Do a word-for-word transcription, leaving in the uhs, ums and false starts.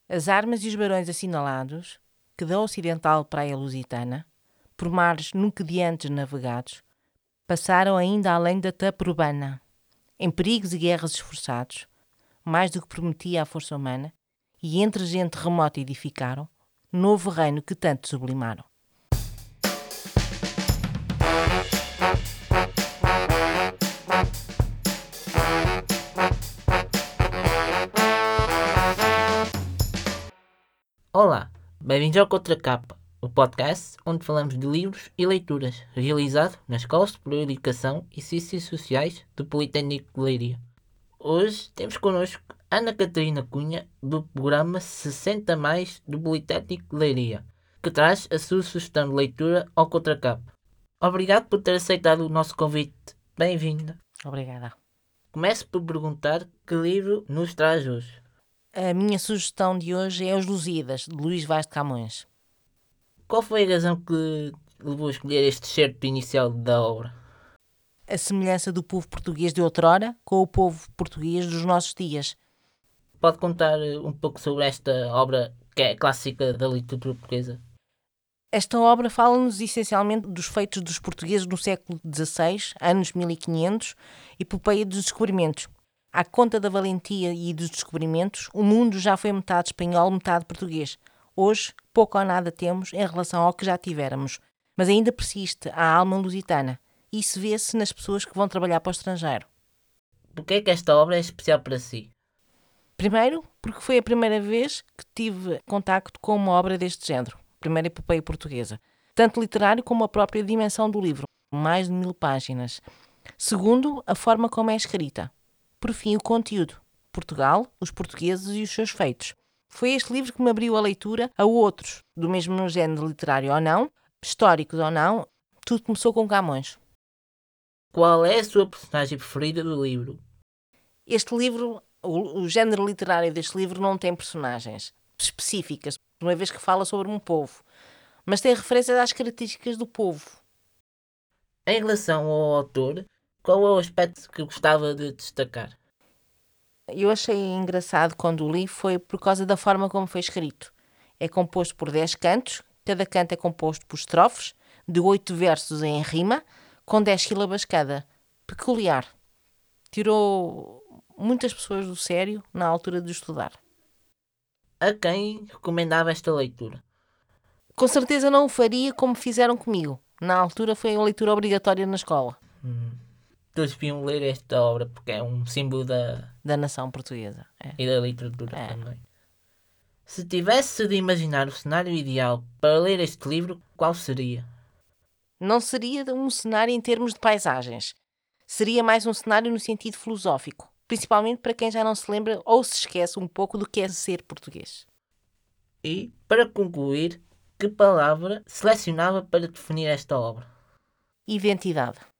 As armas e os barões assinalados, que da ocidental praia lusitana, por mares nunca de antes navegados, passaram ainda além da tapa urbana, em perigos e guerras esforçados, mais do que prometia a força humana, e entre gente remota edificaram, novo reino que tanto sublimaram. Olá, bem-vindos ao Contracapa, o podcast onde falamos de livros e leituras, realizado na Escola Superior de Educação e Ciências Sociais do Politécnico de Leiria. Hoje temos connosco Ana Catarina Cunha, do programa sessenta mais do Politécnico de Leiria, que traz a sua sugestão de leitura ao Contracapa. Obrigado por ter aceitado o nosso convite. Bem-vinda. Obrigada. Começo por perguntar que livro nos traz hoje. A minha sugestão de hoje é Os Lusíadas, de Luís Vaz de Camões. Qual foi a razão que levou a escolher este certo inicial da obra? A semelhança do povo português de outrora com o povo português dos nossos dias. Pode contar um pouco sobre esta obra que é clássica da literatura portuguesa? Esta obra fala-nos essencialmente dos feitos dos portugueses no século dezasseis, anos mil e quinhentos, epopeia dos descobrimentos. À conta da valentia e dos descobrimentos, o mundo já foi metade espanhol, metade português. Hoje, pouco ou nada temos em relação ao que já tivéramos, mas ainda persiste a alma lusitana. E isso vê-se nas pessoas que vão trabalhar para o estrangeiro. Por que é que esta obra é especial para si? Primeiro, porque foi a primeira vez que tive contacto com uma obra deste género, primeira epopeia portuguesa, tanto literário como a própria dimensão do livro, mais de mil páginas. Segundo, a forma como é escrita. Por fim, o conteúdo. Portugal, os portugueses e os seus feitos. Foi este livro que me abriu a leitura a outros, do mesmo género literário ou não, históricos ou não. Tudo começou com Camões. Qual é a sua personagem preferida do livro? Este livro, o, o género literário deste livro não tem personagens específicas, uma vez que fala sobre um povo, mas tem referências às características do povo. Em relação ao autor, qual é o aspecto que gostava de destacar? Eu achei engraçado quando o li foi por causa da forma como foi escrito. É composto por dez cantos, cada canto é composto por estrofes, de oito versos em rima, com dez sílabas cada. Peculiar. Tirou muitas pessoas do sério na altura de estudar. A quem recomendava esta leitura? Com certeza não o faria como fizeram comigo. Na altura foi a leitura obrigatória na escola. Hum. Todos deviam ler esta obra porque é um símbolo da, Da nação portuguesa. É. e da literatura É. também. Se tivesse de imaginar o cenário ideal para ler este livro, qual seria? Não seria um cenário em termos de paisagens. Seria mais um cenário no sentido filosófico, principalmente para quem já não se lembra ou se esquece um pouco do que é ser português. E, para concluir, que palavra selecionava para definir esta obra? Identidade.